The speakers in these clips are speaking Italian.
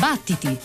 Battiti!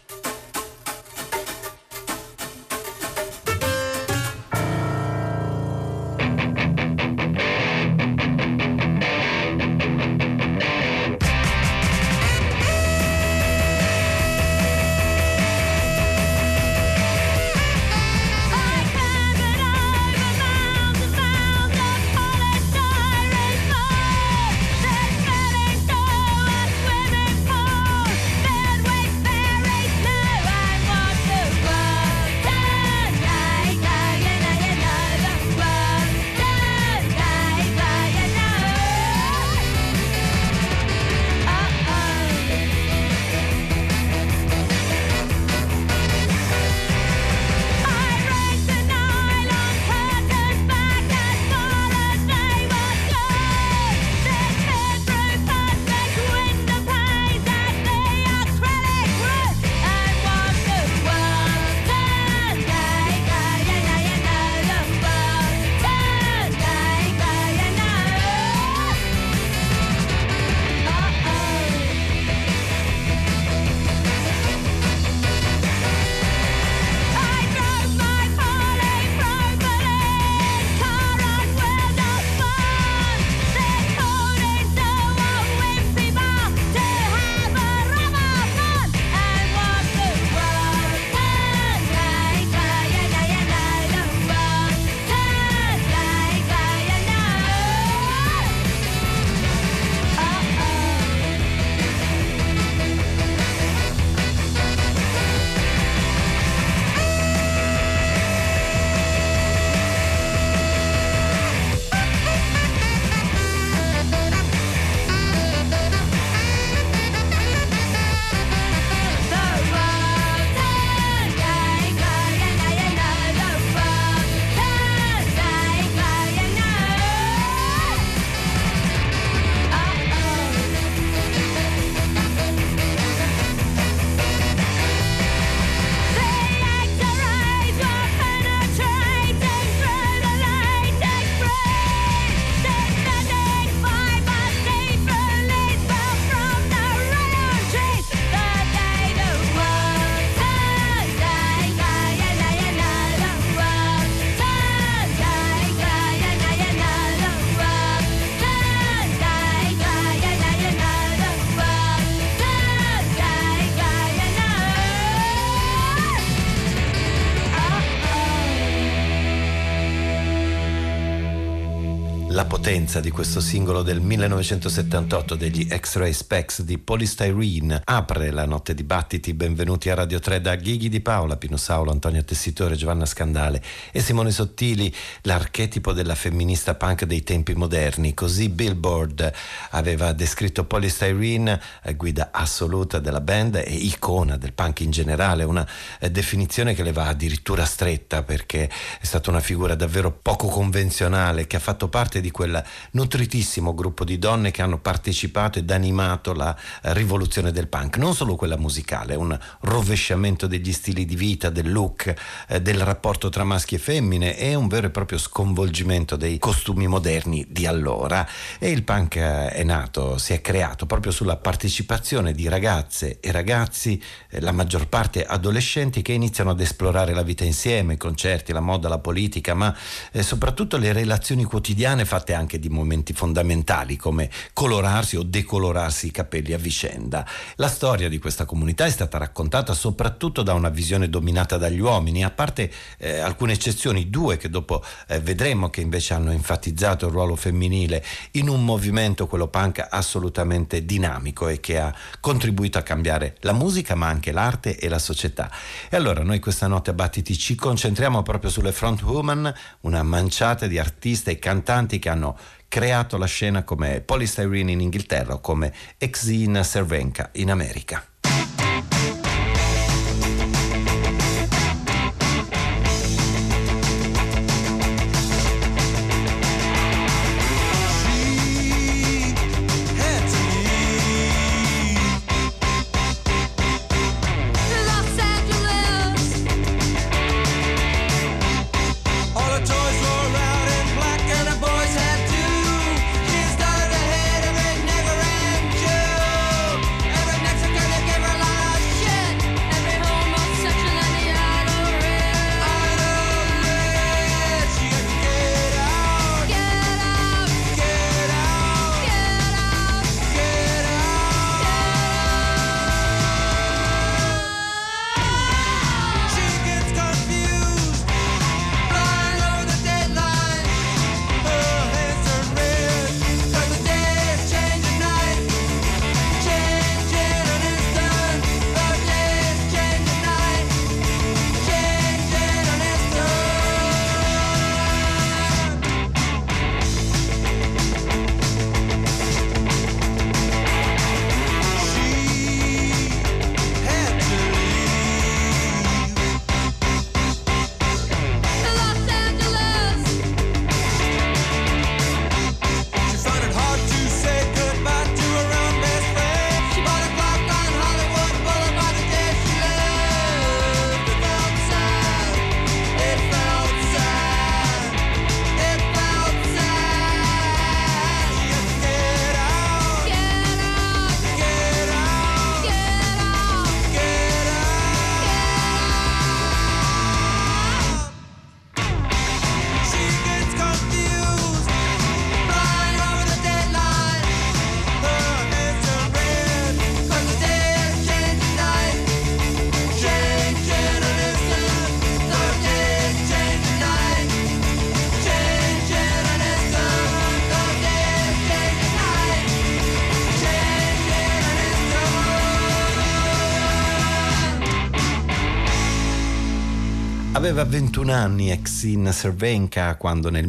La potenza di questo singolo del 1978 degli X-Ray Spex di Polystyrene apre la notte di Battiti. Benvenuti a Radio 3 da Ghighi Di Paola, Pino Saulo, Antonio Tessitore, Giovanna Scandale e Simone Sottili, l'archetipo della femminista punk dei tempi moderni. Così Billboard aveva descritto Polystyrene, guida assoluta della band e icona del punk in generale, una definizione che le va addirittura stretta perché è stata una figura davvero poco convenzionale che ha fatto parte di quel nutritissimo gruppo di donne che hanno partecipato ed animato la rivoluzione del punk, non solo quella musicale, un rovesciamento degli stili di vita, del look, del rapporto tra maschi e femmine e un vero e proprio sconvolgimento dei costumi moderni di allora. E il punk è nato, si è creato proprio sulla partecipazione di ragazze e ragazzi, la maggior parte adolescenti, che iniziano ad esplorare la vita insieme, i concerti, la moda, la politica, ma soprattutto le relazioni quotidiane fatte anche di momenti fondamentali come colorarsi o decolorarsi i capelli a vicenda. La storia di questa comunità è stata raccontata soprattutto da una visione dominata dagli uomini, a parte alcune eccezioni, due che dopo vedremo che invece hanno enfatizzato il ruolo femminile in un movimento, quello punk, assolutamente dinamico e che ha contribuito a cambiare la musica ma anche l'arte e la società. E allora noi questa notte a Battiti ci concentriamo proprio sulle frontwoman, una manciata di artiste e cantanti che hanno creato la scena, come Polystyrene in Inghilterra o come Exene Cervenka in America. Gonna Aveva 21 anni Exene Cervenka quando nel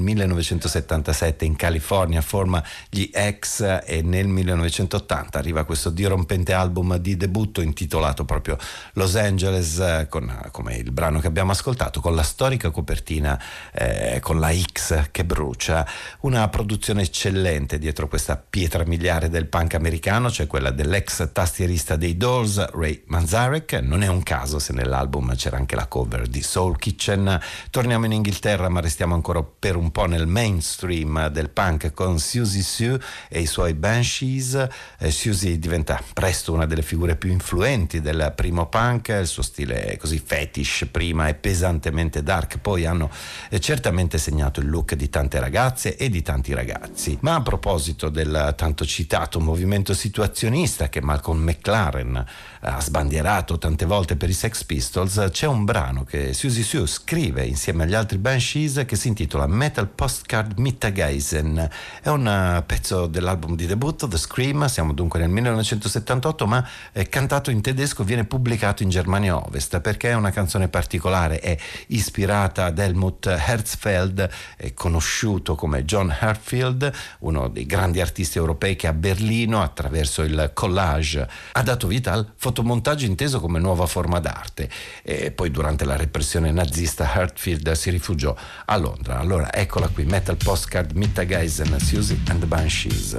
1977 in California forma gli X e nel 1980 arriva questo dirompente album di debutto intitolato proprio Los Angeles, come il brano che abbiamo ascoltato, con la storica copertina con la X che brucia. Una produzione eccellente dietro questa pietra miliare del punk americano, cioè quella dell'ex tastierista dei Doors, Ray Manzarek. Non è un caso se nell'album c'era anche la cover di Soul Kitchen. Torniamo in Inghilterra, ma restiamo ancora per un po' nel mainstream del punk con Siouxsie Sioux e i suoi Banshees. Siouxsie diventa presto una delle figure più influenti del primo punk, il suo stile è così fetish prima e pesantemente dark poi hanno certamente segnato il look di tante ragazze e di tanti ragazzi. Ma a proposito del tanto citato movimento situazionista che Malcolm McLaren ha sbandierato tante volte per i Sex Pistols, c'è un brano che Siouxsie Sioux scrive insieme agli altri Banshees che si intitola Metal Postcard Mittageisen. È un pezzo dell'album di debutto The Scream, siamo dunque nel 1978, ma cantato in tedesco, viene pubblicato in Germania Ovest perché è una canzone particolare, è ispirata ad Helmut Herzfeld, è conosciuto come John Herzfeld, uno dei grandi artisti europei che a Berlino attraverso il collage ha dato vita al fotomontaggio inteso come nuova forma d'arte, e poi durante la repressione nazista Herzfeld si rifugiò a Londra. Allora eccola qui, Metal Postcard Mittageisen, Siouxsie and the Banshees.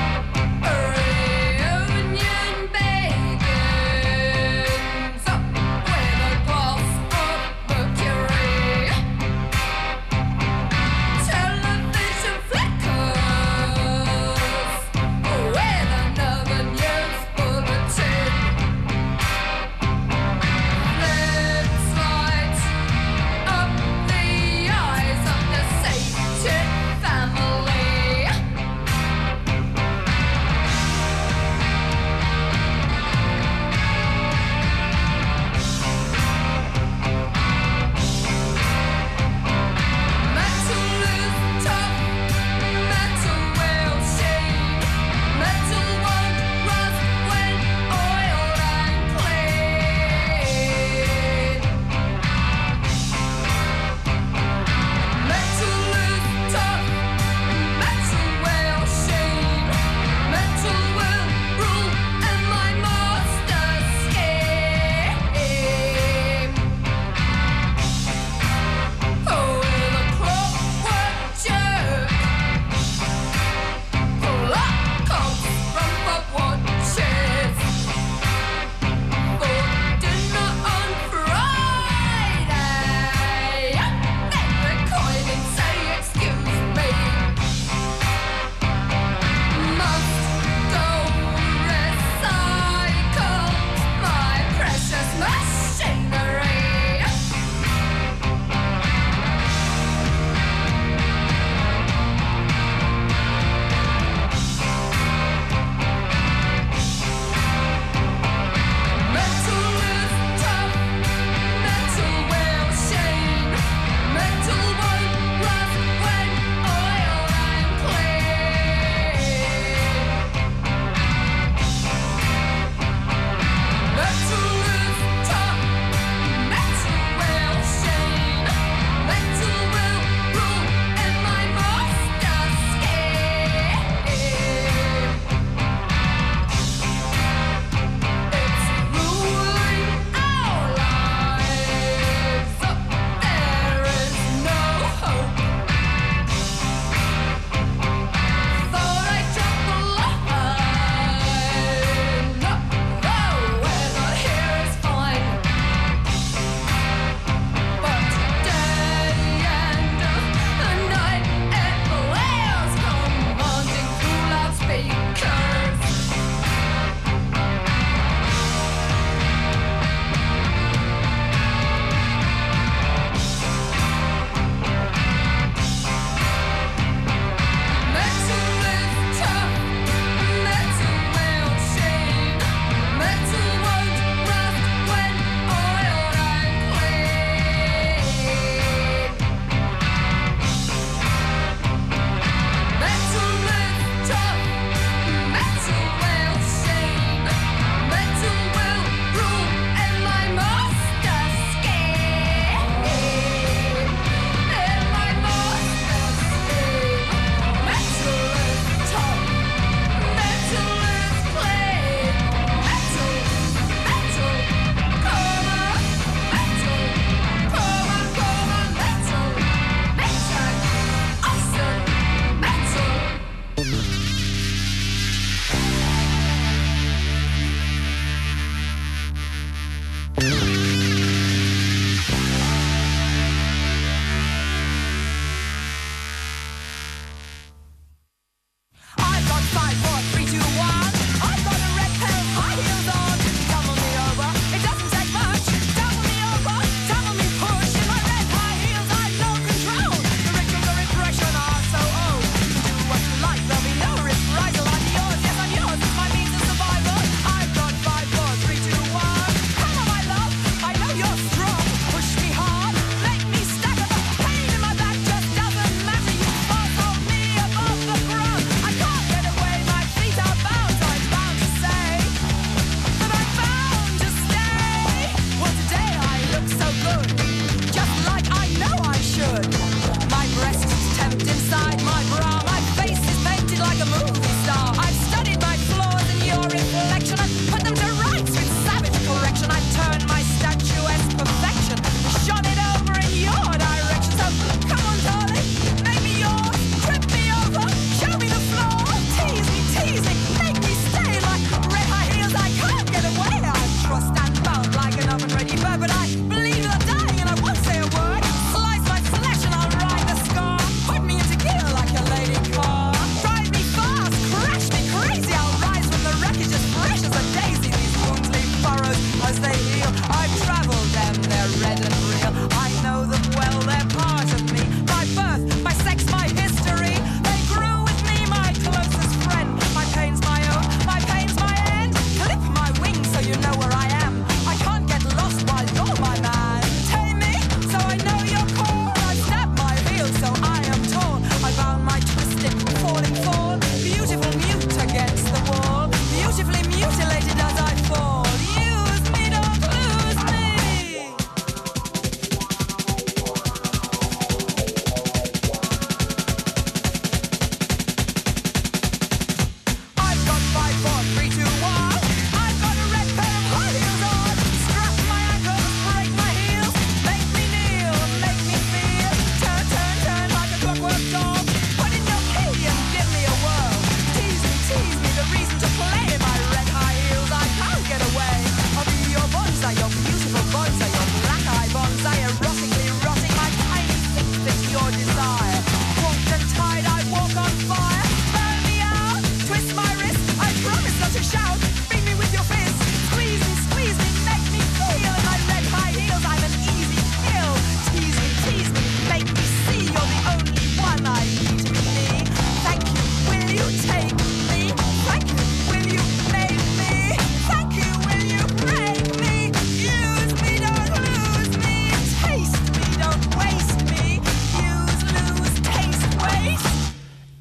Reunion bacon. So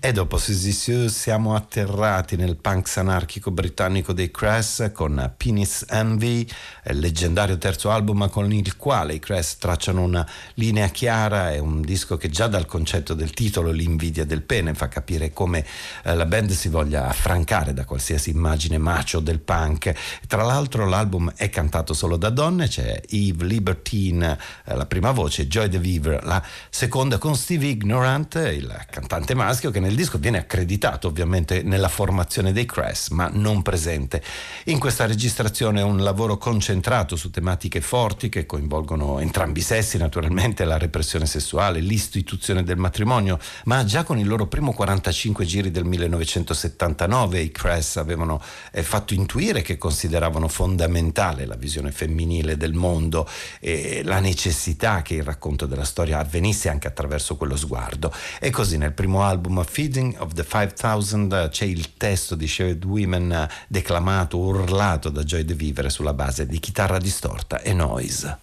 E dopo Siouxsie Sioux siamo atterrati nel punk anarchico britannico dei Crass con Penis Envy, il leggendario terzo album con il quale i Crass tracciano una linea chiara. È un disco che già dal concetto del titolo, l'invidia del pene, fa capire come la band si voglia affrancare da qualsiasi immagine macho del punk. Tra l'altro l'album è cantato solo da donne, c'è Eve Libertine la prima voce, Joy DeViver la seconda, con Steve Ignorant, il cantante maschio, che nel disco viene accreditato ovviamente nella formazione dei Crass ma non presente. In questa registrazione è un lavoro concentrato su tematiche forti che coinvolgono entrambi i sessi, naturalmente la repressione sessuale, l'istituzione del matrimonio, ma già con il loro primo 45 giri del 1979 i Crass avevano fatto intuire che consideravano fondamentale la visione femminile del mondo e la necessità che il racconto della storia avvenisse anche attraverso quello sguardo. E così nel primo album Feeding of the 5000 c'è il testo di Shaved Women declamato, urlato da Joy DeViver sulla base di chitarra distorta e noise.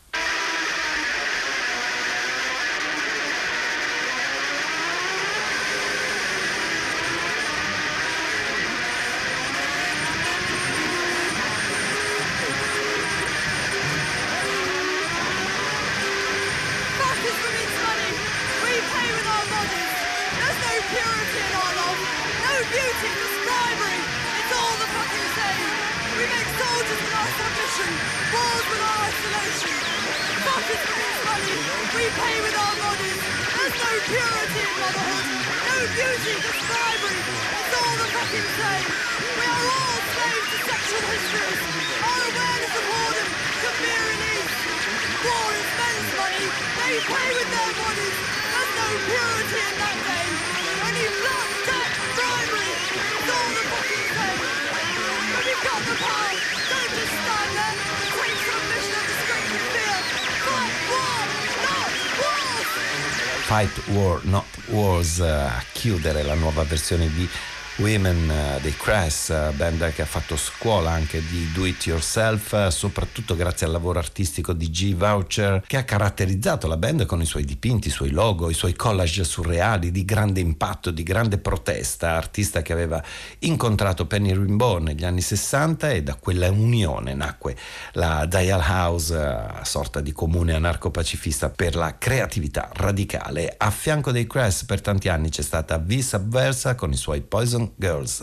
Fight War Not Wars a chiudere la nuova versione di Women dei Crass, band che ha fatto scuola anche di do it yourself, soprattutto grazie al lavoro artistico di G. Voucher, che ha caratterizzato la band con i suoi dipinti, i suoi logo, i suoi collage surreali di grande impatto, di grande protesta, artista che aveva incontrato Penny Rimbaud negli anni 60 e da quella unione nacque la Dial House, sorta di comune anarco-pacifista per la creatività radicale. A fianco dei Crass per tanti anni c'è stata V Subversa con i suoi Poison Girls.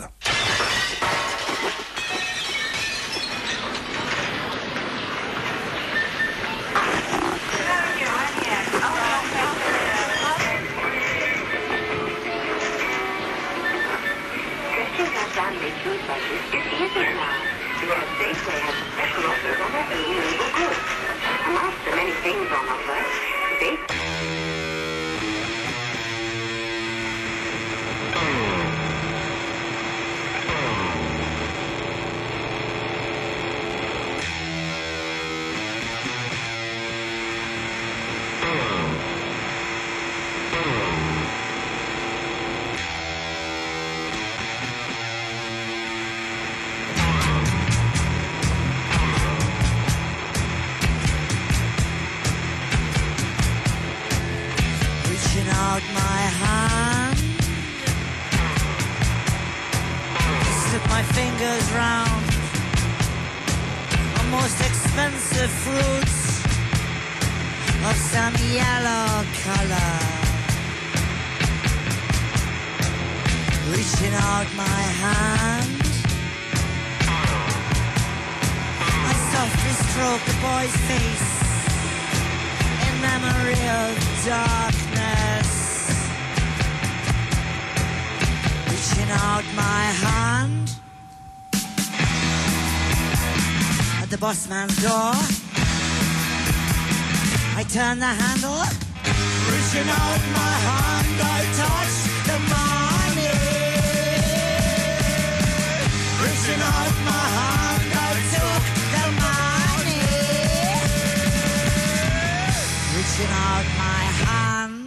Bossman's door. I turn the handle, reaching out my hand, I touch the money. Reaching out my hand, I took the money. Reaching out my hand,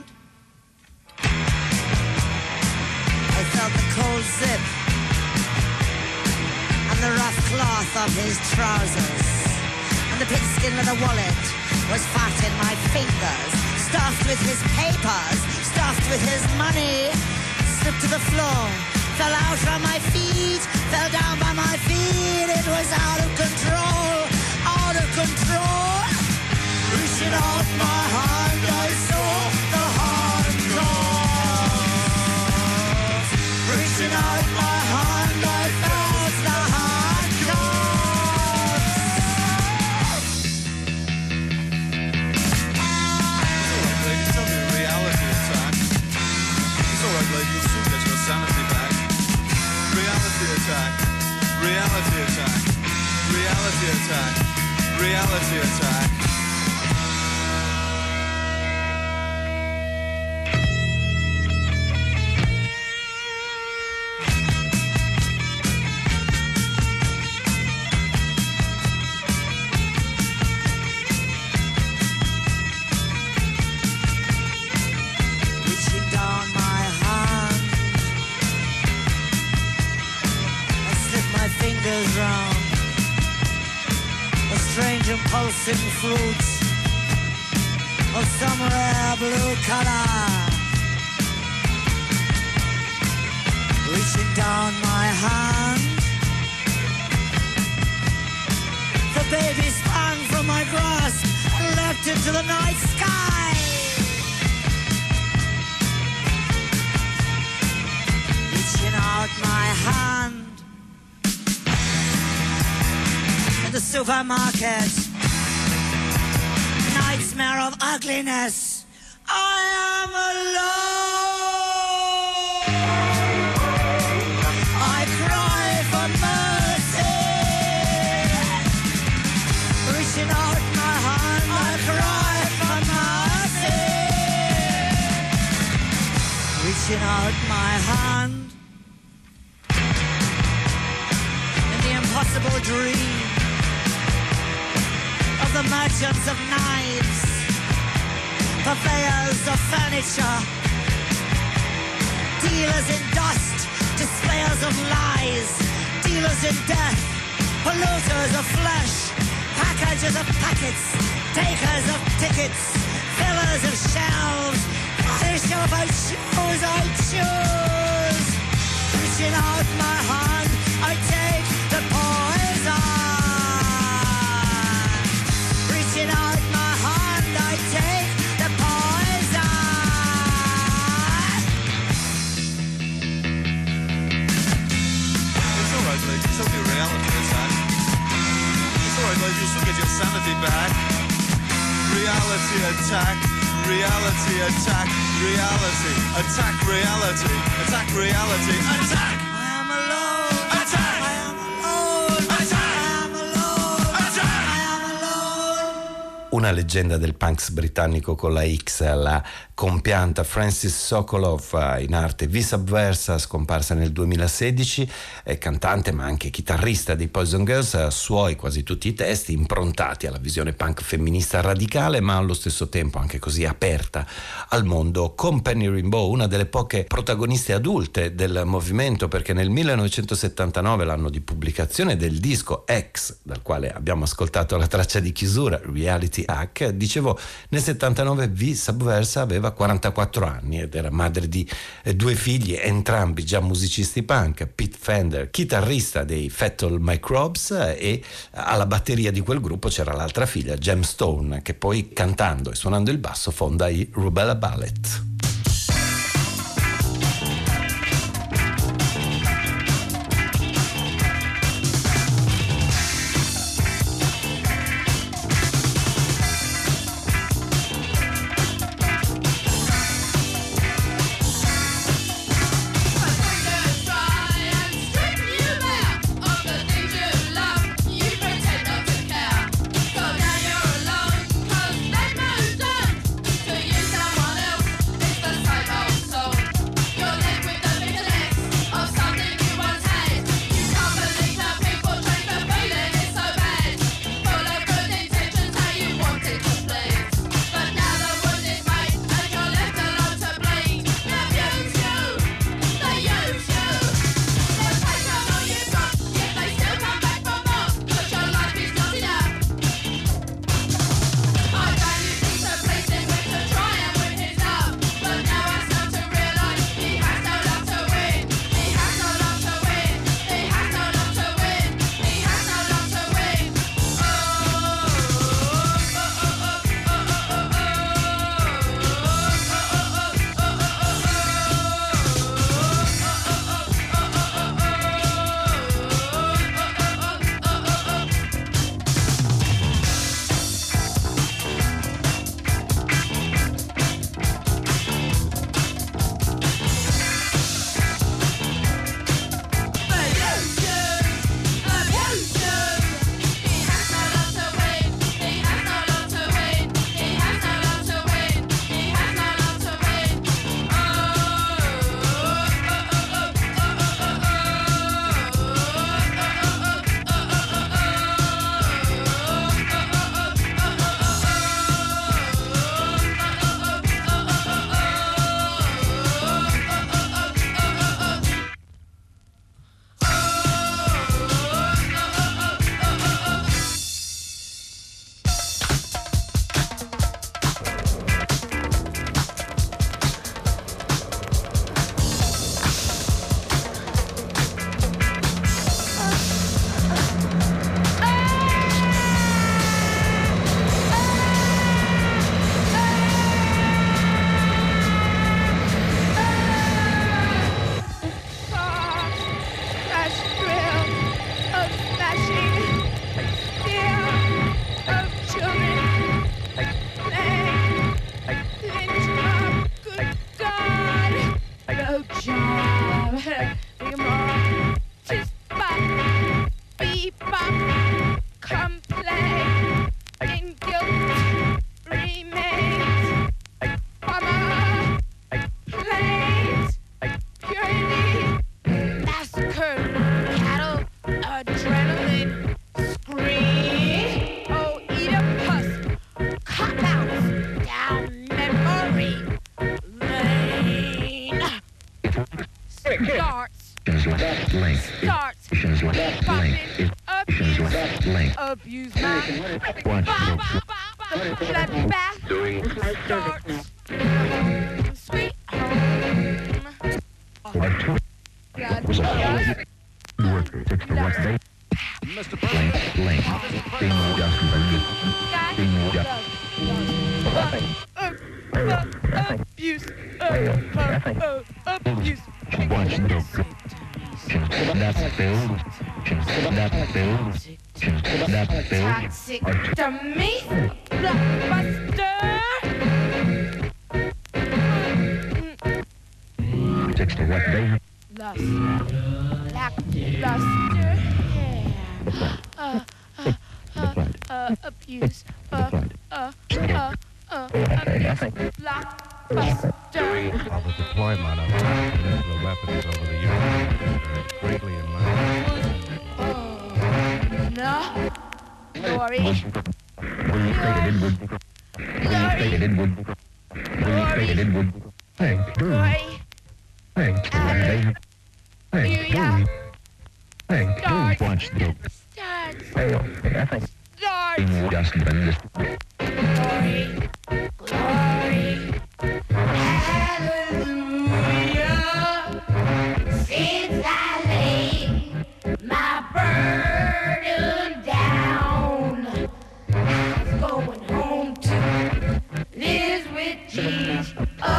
I felt the cold zip and the rough cloth of his trousers, and the pigskin leather wallet was fat in my fingers, stuffed with his papers, stuffed with his money, slipped to the floor, fell out from my feet, fell down by my feet. It was out of control, out of control. Reaching out my hand, I saw the hand calls. Reaching out my hand, I felt the hand calls. It's only a reality attack. It's alright, lady, you'll soon get your sanity back. Reality attack. Reality attack. Reality attack. Reality attack. Reaching down my hand, I slip my fingers round a strange impulsive fruit of some rare blue color. Reaching down my hand, the baby sprang from my grasp and leapt into the night sky. Reaching out my hand in the supermarket, nightmare of ugliness. I am alone. I cry for mercy. Reaching out my hand, I cry for mercy. Reaching out my hand in the impossible dream of the merchants of knives, purveyors of furniture, dealers in dust, displayers of lies, dealers in death, polluters of flesh, packagers of packets, takers of tickets, fillers of shelves. Furniture if I choose, I choose. Reaching out my hand, I take the poison. Reaching out my hand, I take the poison. It's alright, lady, it's only a reality attack. It's alright, lady, you'll soon get your sanity back. Reality attack. Reality attack. Reality attack. Reality attack. Reality attack. I am alone. Attack. I am alone. Attack. I am alone. Attack. I am alone. Una leggenda del punks britannico con la X, la compianta Francis Sokolov, in arte V Subversa, scomparsa nel 2016, è cantante ma anche chitarrista dei Poison Girls, suoi quasi tutti i testi improntati alla visione punk femminista radicale ma allo stesso tempo anche così aperta al mondo, con Penny Rimbaud, una delle poche protagoniste adulte del movimento, perché nel 1979, l'anno di pubblicazione del disco X, dal quale abbiamo ascoltato la traccia di chiusura, Reality Hack, dicevo, nel 79 V Subversa aveva 44 anni ed era madre di due figli, entrambi già musicisti punk. Pete Fender, chitarrista dei Fatal Microbes, e alla batteria di quel gruppo c'era l'altra figlia, Gem Stone, che poi cantando e suonando il basso fonda i Rubella Ballet. So now you're alone, 'cause they've moved on to use someone else. abuse my bloodbath starts sweet home. Worker, it's the what they Mr. Blank, being just abuse, abuse. watch the that's build that build Toxic to me, blockbuster. it's the what they Lust, lackluster hair. Abuse, blockbuster. While the deployment of nuclear weapons over the United States are greatly enlarged. No, Lori. Lori. Watch the Since I laid my burden down, I was going home to live with Jesus.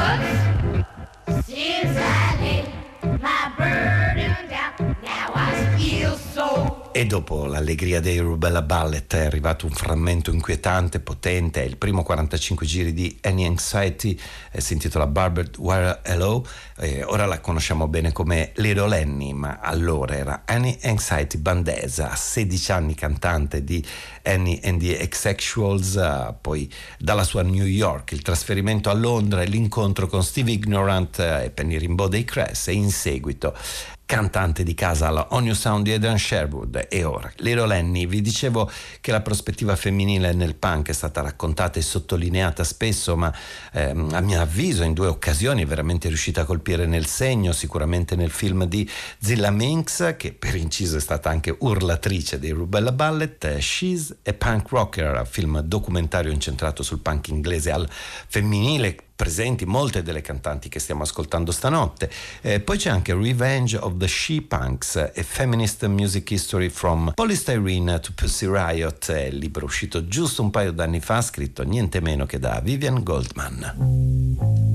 Since I laid my burden down, now I feel so. E dopo l'allegria dei Rubella Ballet è arrivato un frammento inquietante, potente, è il primo 45 giri di Any Anxiety, si intitola Barbed Wire Hello, ora la conosciamo bene come Little Annie, ma allora era Any Anxiety Bandesa, 16 anni cantante di Annie and the Asexuals, poi dalla sua New York, il trasferimento a Londra e l'incontro con Steve Ignorant e Penny Rimbaud dei Cress, e in seguito cantante di casa alla On You Sound di Adrian Sherwood. E ora Little Annie, vi dicevo che la prospettiva femminile nel punk è stata raccontata e sottolineata spesso, ma a mio avviso in 2 occasioni è veramente riuscita a colpire nel segno, sicuramente nel film di Zilla Minx, che per inciso è stata anche urlatrice dei Rubella Ballet, She's a Punk Rocker, film documentario incentrato sul punk inglese al femminile, presenti molte delle cantanti che stiamo ascoltando stanotte. Poi c'è anche Revenge of the She-Punks, a Feminist Music History from Polystyrene to Pussy Riot, il libro uscito giusto un paio d'anni fa, scritto niente meno che da Vivian Goldman.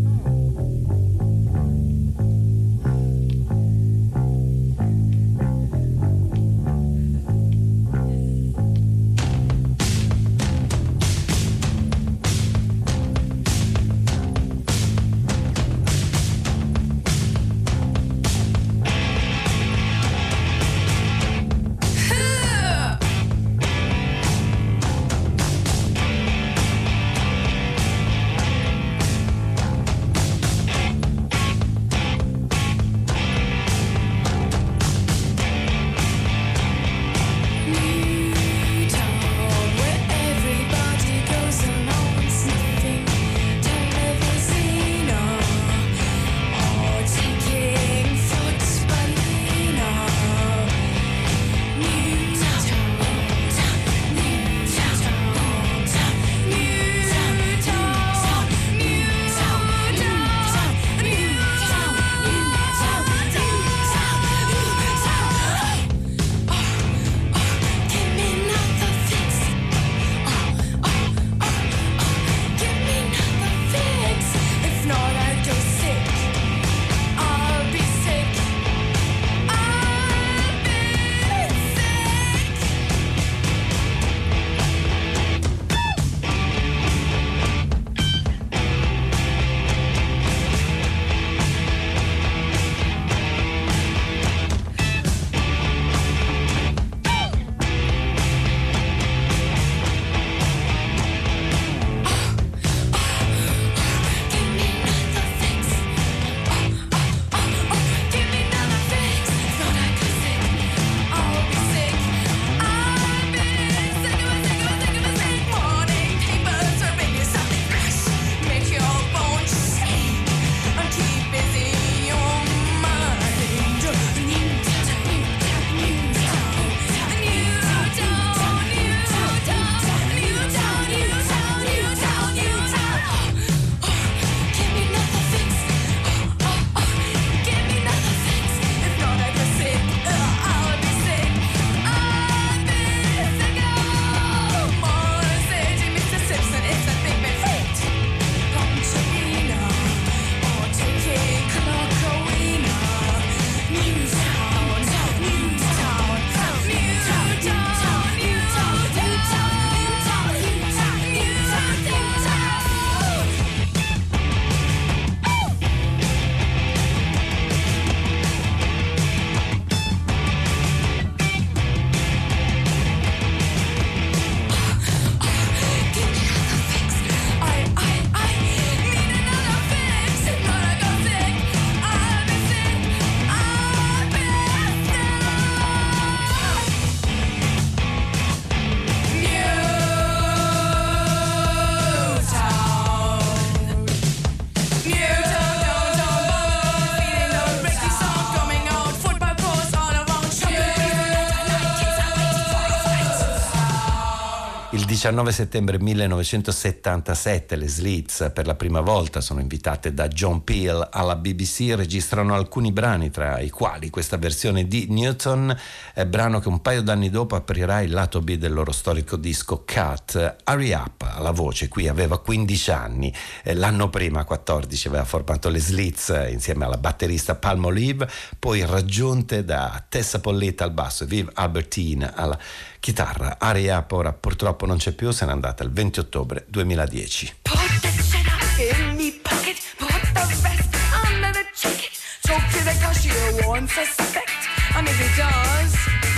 Il 19 settembre 1977 le Slits per la prima volta sono invitate da John Peel alla BBC, registrano alcuni brani tra i quali questa versione di Newton, brano che un paio d'anni dopo aprirà il lato B del loro storico disco Cut. Hurry Up alla voce qui aveva 15 anni, l'anno prima 14 aveva formato le Slits insieme alla batterista Palmolive, poi raggiunte da Tessa Polletta al basso e Viv Albertine alla chitarra. Hurry Up ora purtroppo non c'è più, se n'è andata il 20 ottobre 2010. Put the cheddar in me pocket, put the rest under the jacket. Choke to the cashier won't suspect. And if he does,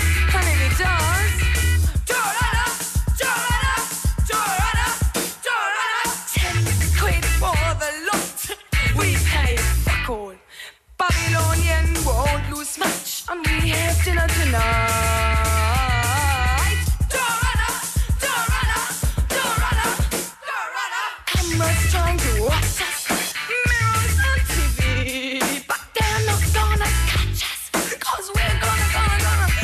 Joanna, 10 quid for the lot. We pay fuck all. Babylonian won't lose much, and we have dinner tonight. Cameras trying to watch us, mirrors on TV, but they're not gonna catch us, 'cause we're gonna run.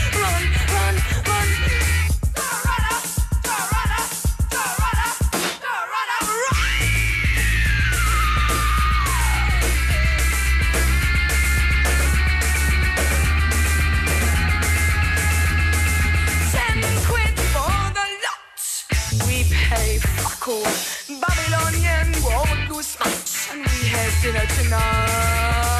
Babylonian won't lose much, and we have dinner tonight.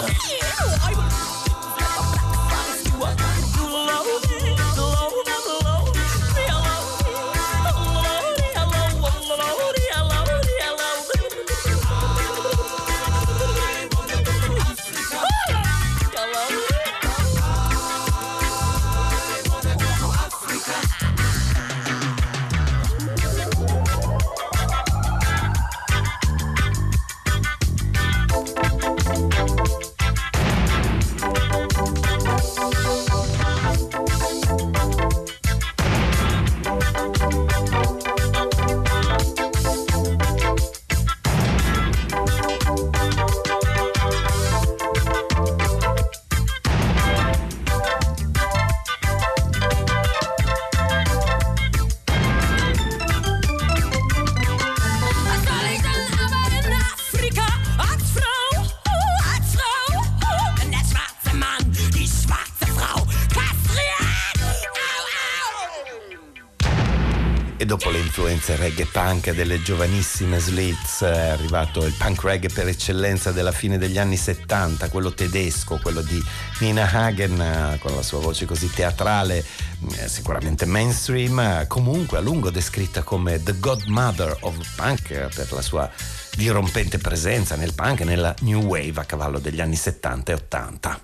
Dopo le influenze reggae punk delle giovanissime Slits è arrivato il punk reggae per eccellenza della fine degli anni 70, quello tedesco, quello di Nina Hagen con la sua voce così teatrale, sicuramente mainstream, comunque a lungo descritta come the godmother of punk per la sua dirompente presenza nel punk e nella new wave a cavallo degli anni 70 e 80.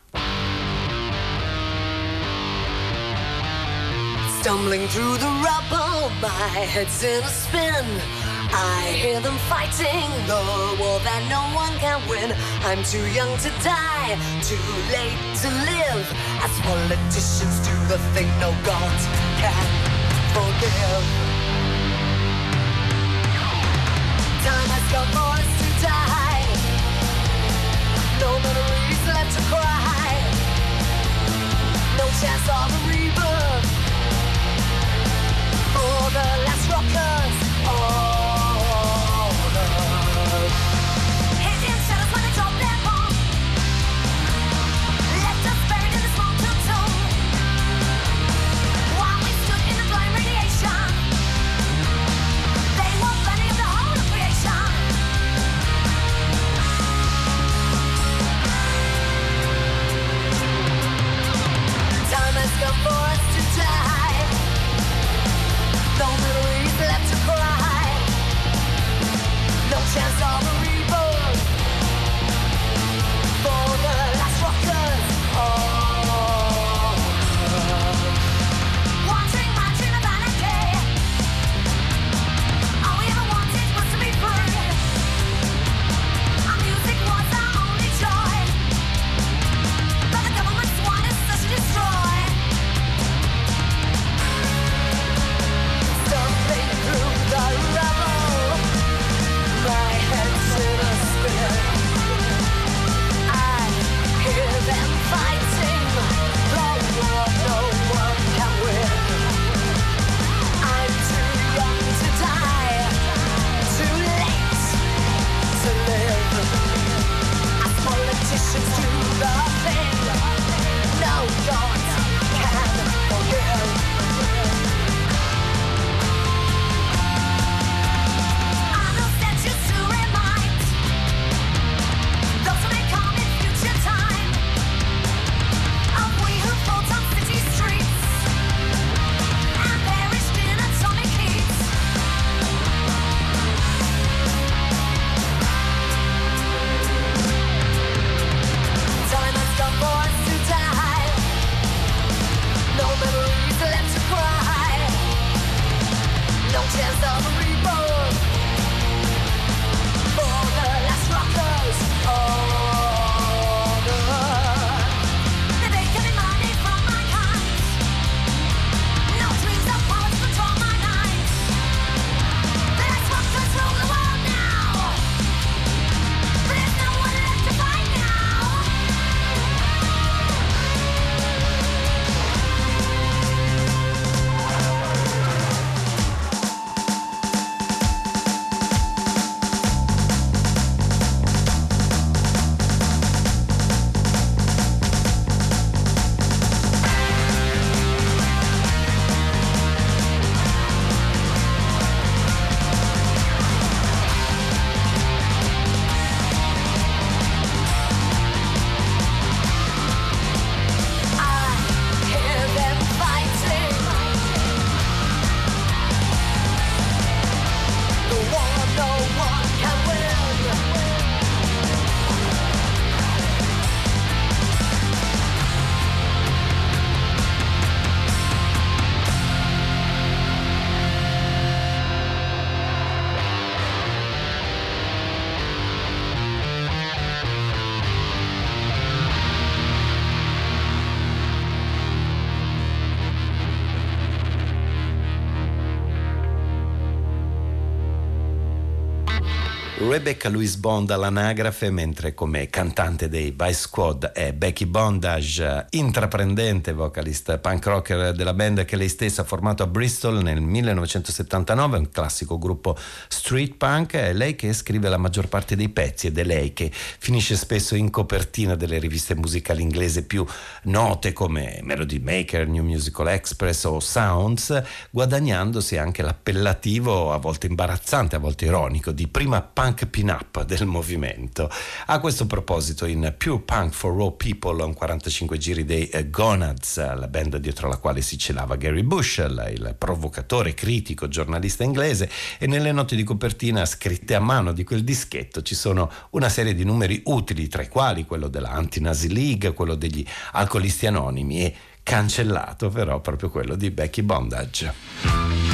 Stumbling through the rubble, my head's in a spin. I hear them fighting the war that no one can win. I'm too young to die, too late to live. As politicians do the thing no God can forgive. Time has come for us to die. No memories left to cry. No chance of a rebirth. For the last rockers on earth. Indian shadows when they drop their bomb, left us buried in the smoke till tomb. While we stood in the blind radiation, they were burning up the whole of creation. Rebecca Louise Bond all'anagrafe, mentre come cantante dei Vice Squad è Becky Bondage, intraprendente vocalist punk rocker della band che lei stessa ha formato a Bristol nel 1979, un classico gruppo street punk. È lei che scrive la maggior parte dei pezzi ed è lei che finisce spesso in copertina delle riviste musicali inglesi più note come Melody Maker, New Musical Express o Sounds, guadagnandosi anche l'appellativo a volte imbarazzante, a volte ironico, di prima punk pin-up del movimento. A questo proposito, in Pure Punk for Raw People, un 45 giri dei Gonads, la band dietro la quale si celava Gary Bushell, il provocatore, critico, giornalista inglese, e nelle note di copertina scritte a mano di quel dischetto ci sono una serie di numeri utili, tra i quali quello della Anti-Nazi League, quello degli Alcolisti Anonimi e cancellato però proprio quello di Becky Bondage.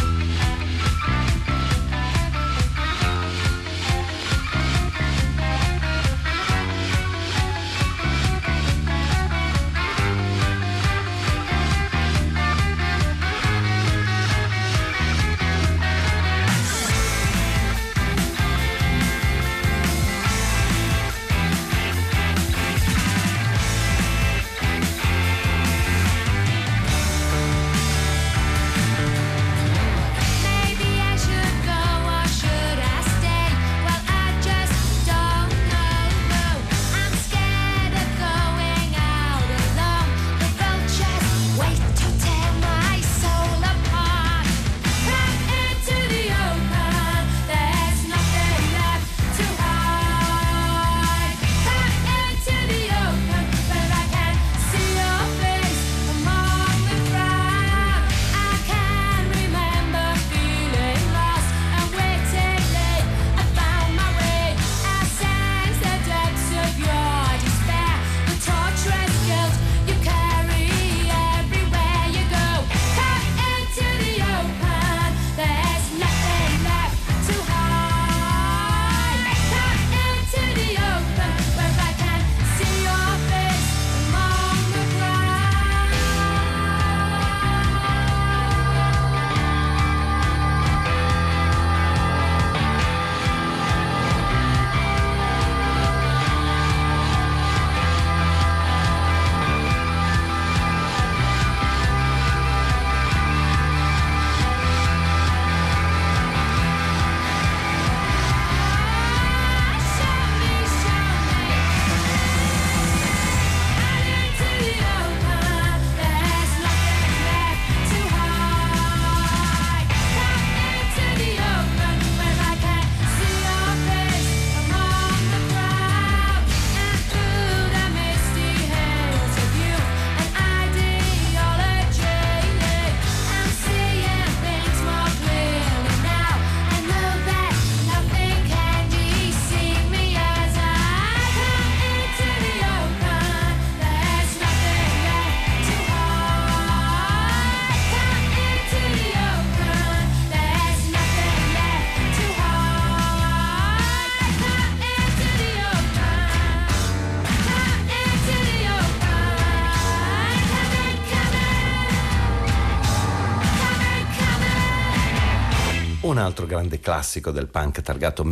Un altro grande classico del punk targato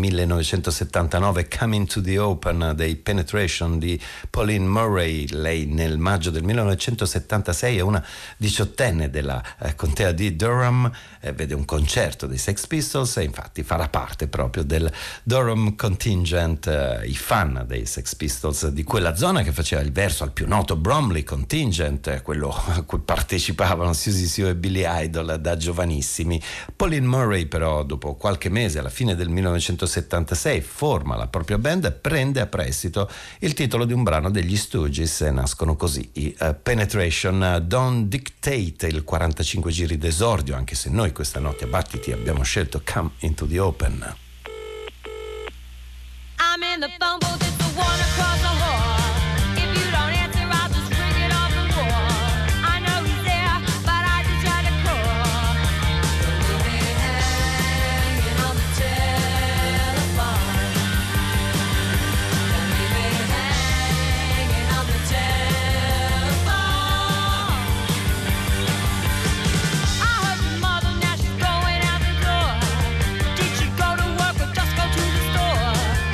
1979, Coming to the Open dei Penetration di Pauline Murray. Lei nel maggio del 1976 è una diciottenne della contea di Durham, vede un concerto dei Sex Pistols e infatti farà parte proprio del Durham Contingent. I fan dei Sex Pistols di quella zona, che faceva il verso al più noto Bromley Contingent, quello a cui partecipavano Siouxsie Sioux e Billy Idol da giovanissimi. Pauline Murray però dopo qualche mese, alla fine del 1976, forma la propria band e prende a prestito il titolo di un brano degli Stooges e nascono così i Penetration. Don't Dictate, il 45 giri d'esordio, anche se noi questa notte a Battiti abbiamo scelto Come Into the Open. I'm in the phone booth, it's the one across the hall. If you don't answer, I'll just bring it off the wall. I know he's there, but I just try to call. Don't leave me hanging on the telephone. Don't leave me hanging on the telephone. I heard your mother, now she's going out the door. Did she go to work or just go to the store?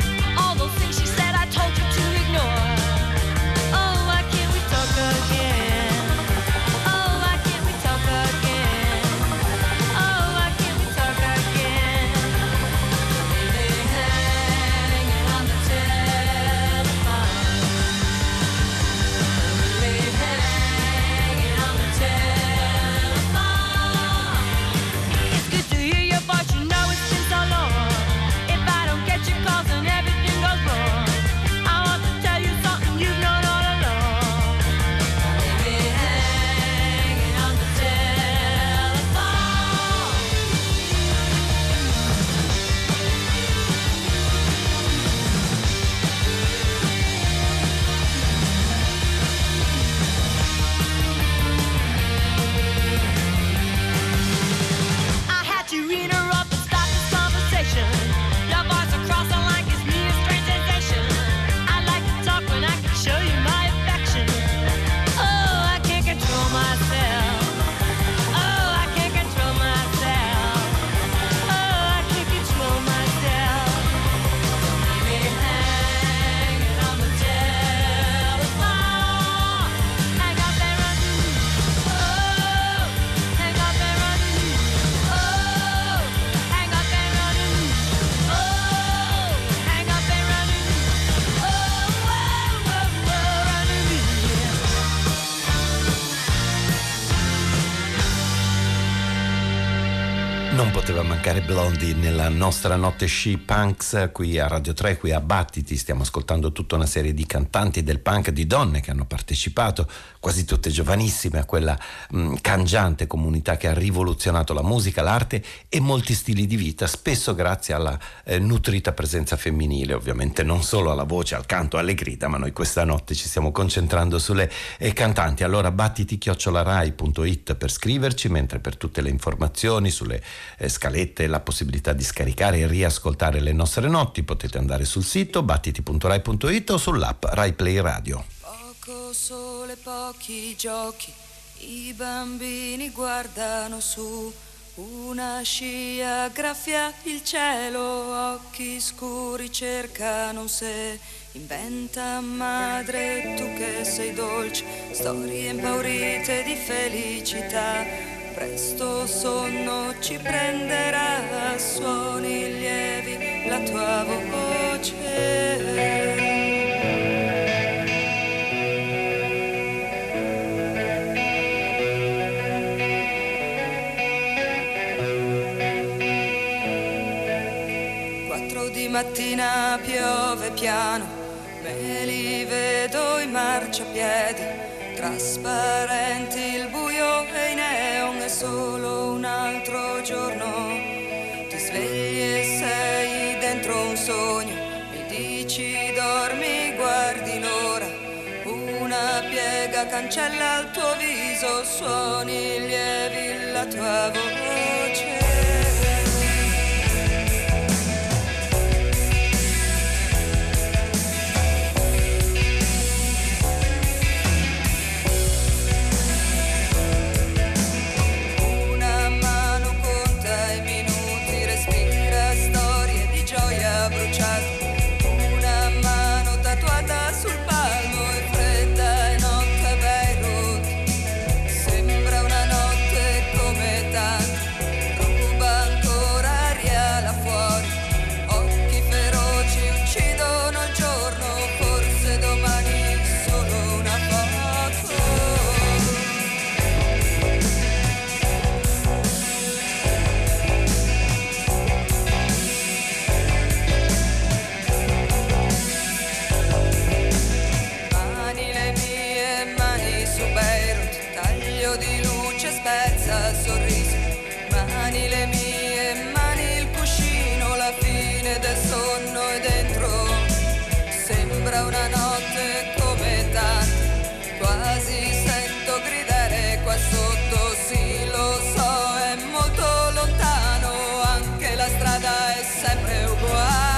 Non poteva mancare Blondie nella nostra notte She Punks qui a Radio 3, qui a Battiti. Stiamo ascoltando tutta una serie di cantanti del punk, di donne che hanno partecipato, quasi tutte giovanissime, a quella cangiante comunità che ha rivoluzionato la musica, l'arte e molti stili di vita, spesso grazie alla nutrita presenza femminile, ovviamente non solo alla voce, al canto, alle grida, ma noi questa notte ci stiamo concentrando sulle cantanti. Allora battiti@rai.it per scriverci, mentre per tutte le informazioni sulle scalette, la possibilità di scaricare e riascoltare le nostre notti potete andare sul sito battiti.rai.it o sull'app Rai Play Radio. Poco sole, pochi giochi, i bambini guardano su, una scia graffia il cielo, occhi scuri cercano un sé. Inventa madre, tu che sei dolce, storie impaurite di felicità. Presto sonno ci prenderà, suoni lievi la tua voce. 4 di mattina piove piano, me li vedo in marciapiedi. Trasparenti il buio e i neon, è solo un altro giorno. Ti svegli e sei dentro un sogno, mi dici dormi, guardi l'ora. Una piega cancella il tuo viso, suoni lievi la tua voce. Una mano tatuata sul palmo e fredda e notte Beirut. Sembra una notte come tante, ruba ancora aria là fuori. Occhi feroci uccidono il giorno, forse domani solo una foto. Di luce spezza il sorriso, mani le mie, mani il cuscino, la fine del sonno è dentro. Sembra una notte come tante, quasi sento gridare qua sotto. Sì, lo so, è molto lontano, anche la strada è sempre uguale.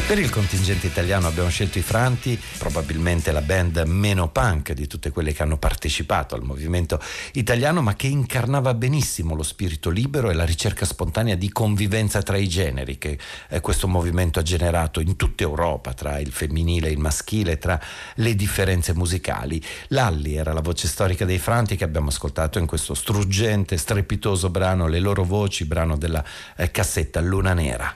Per il contingente italiano abbiamo scelto i Franti, probabilmente la band meno punk di tutte quelle che hanno partecipato al movimento italiano, ma che incarnava benissimo lo spirito libero e la ricerca spontanea di convivenza tra i generi che questo movimento ha generato in tutta Europa, tra il femminile e il maschile, tra le differenze musicali. Lalli era la voce storica dei Franti che abbiamo ascoltato in questo struggente, strepitoso brano, le loro voci, brano della cassetta Luna Nera.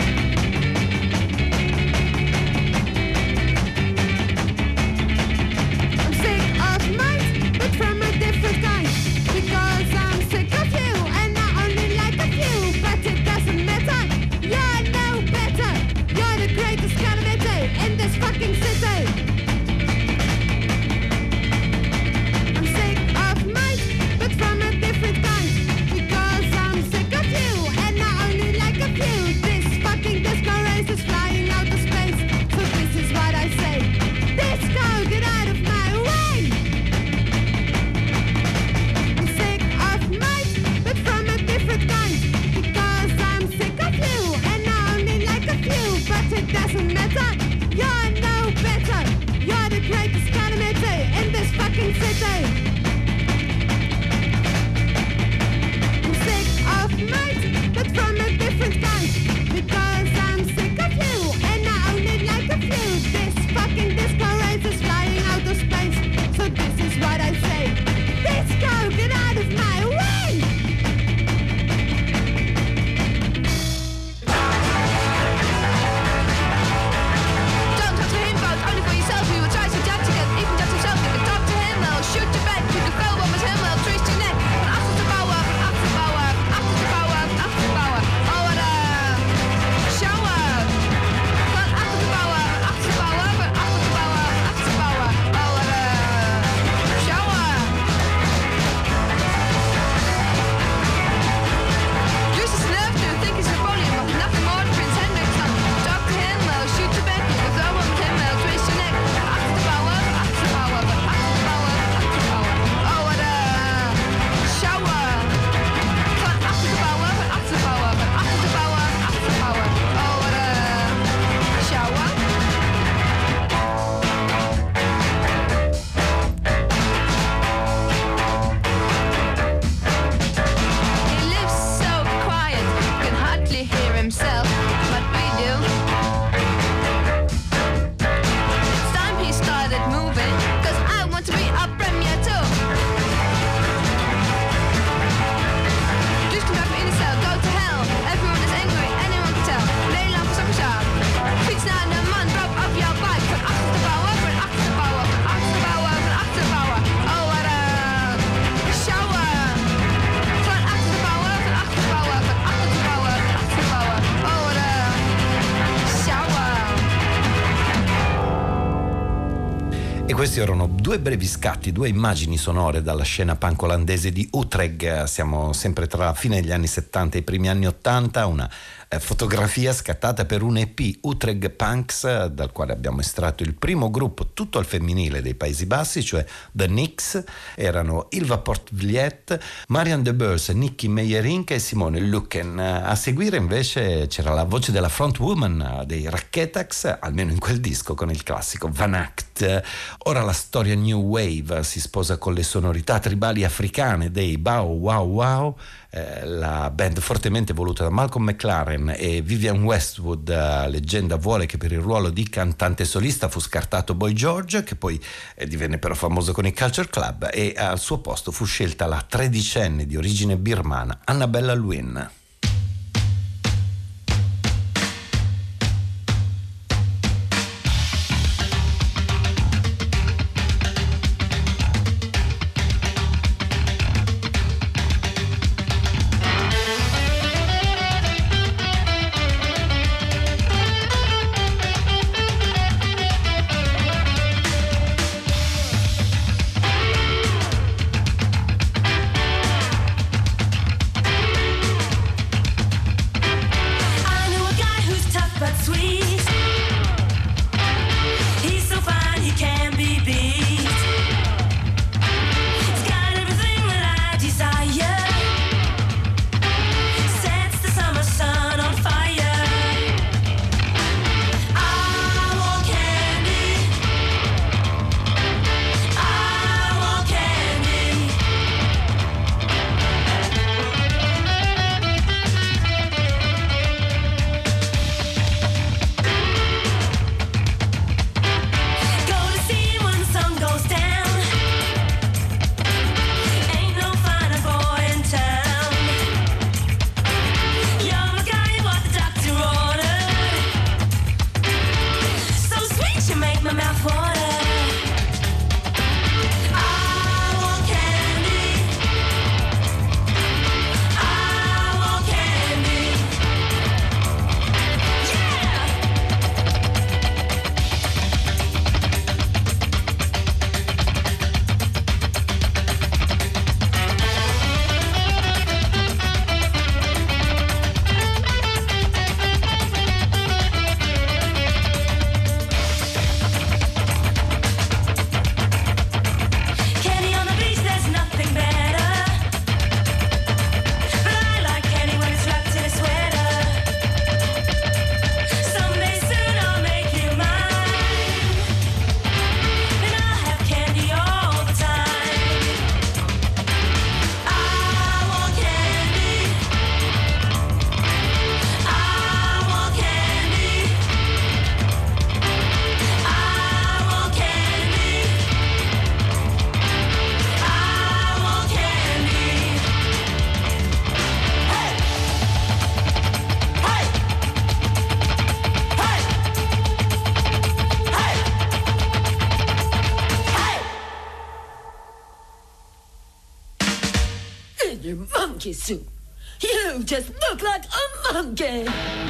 Questi erano due brevi scatti, due immagini sonore dalla scena punk olandese di Utrecht. Siamo sempre tra la fine degli anni 70 e i primi anni 80, una fotografia scattata per un EP Utrecht Punks, dal quale abbiamo estratto il primo gruppo tutto al femminile dei Paesi Bassi, cioè The Nix. Erano Ilva Portvliet, Marianne de Beurs, Nicky Meijerink e Simone Lucken. A seguire invece c'era la voce della frontwoman dei Raketax, almeno in quel disco, con il classico Van Act. Ora la storia New Wave si sposa con le sonorità tribali africane dei Bow Wow Wow, la band fortemente voluta da Malcolm McLaren e Vivienne Westwood. Leggenda vuole che per il ruolo di cantante solista fu scartato Boy George, che poi divenne però famoso con i Culture Club, e al suo posto fu scelta la 13enne di origine birmana Annabella Lwin. monkey suit. You just look like a monkey.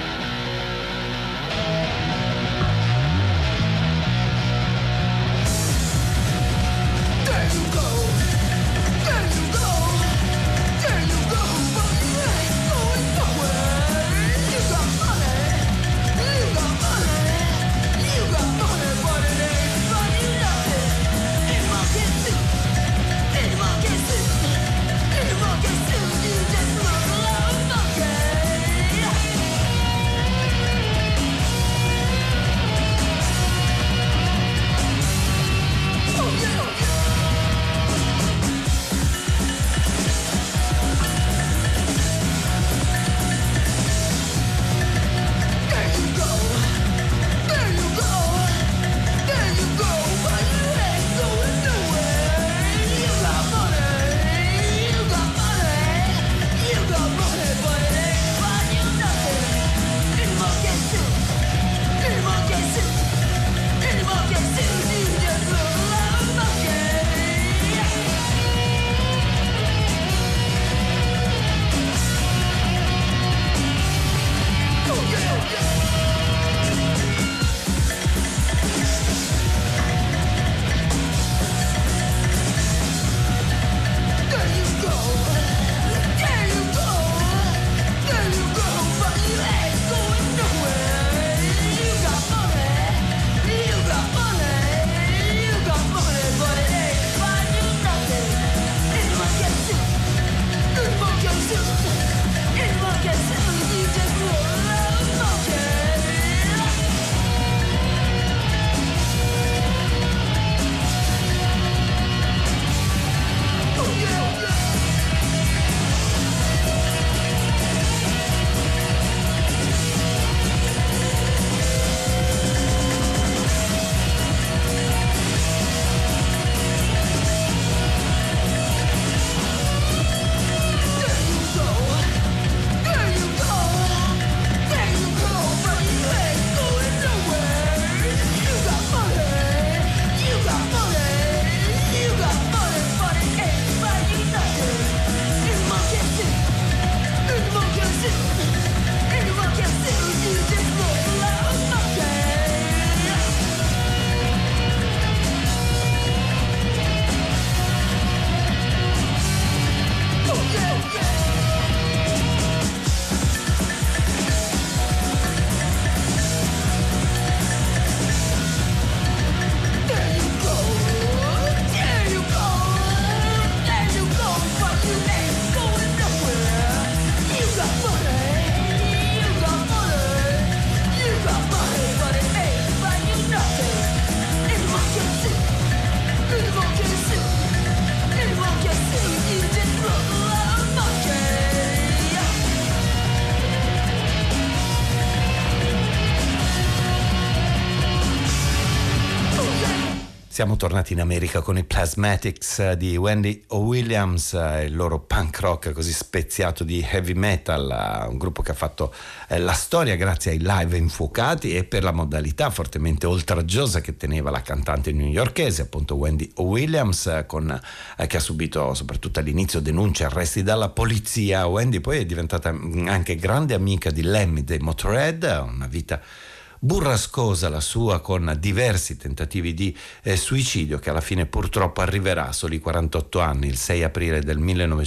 Siamo tornati in America con i Plasmatics di Wendy O. Williams, il loro punk rock così speziato di heavy metal, un gruppo che ha fatto la storia grazie ai live infuocati e per la modalità fortemente oltraggiosa che teneva la cantante newyorkese, appunto Wendy O. Williams, che ha subito soprattutto all'inizio denunce e arresti dalla polizia. Wendy poi è diventata anche grande amica di Lemmy dei Motorhead, una vita burrascosa la sua, con diversi tentativi di suicidio, che alla fine purtroppo arriverà a soli 48 anni, il 6 aprile del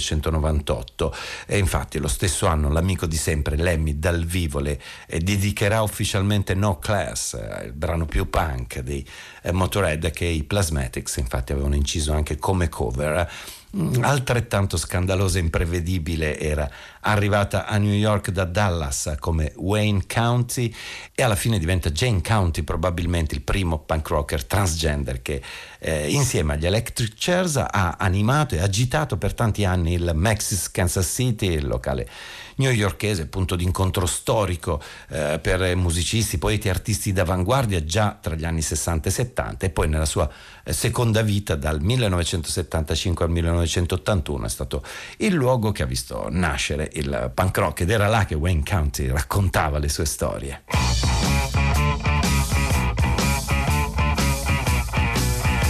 1998. E infatti lo stesso anno l'amico di sempre Lemmy dal vivo le dedicherà ufficialmente No Class, il brano più punk dei Motorhead, che i Plasmatics infatti avevano inciso anche come cover. Altrettanto scandalosa e imprevedibile era arrivata a New York da Dallas come Wayne County, e alla fine diventa Jane County, probabilmente il primo punk rocker transgender che insieme agli Electric Chairs ha animato e agitato per tanti anni il Maxis Kansas City, il locale newyorkese, punto d'incontro storico per musicisti, poeti e artisti d'avanguardia già tra gli anni 60 e 70, e poi nella sua seconda vita dal 1975 al 1981 è stato il luogo che ha visto nascere il punk rock, ed era là che Wayne County raccontava le sue storie.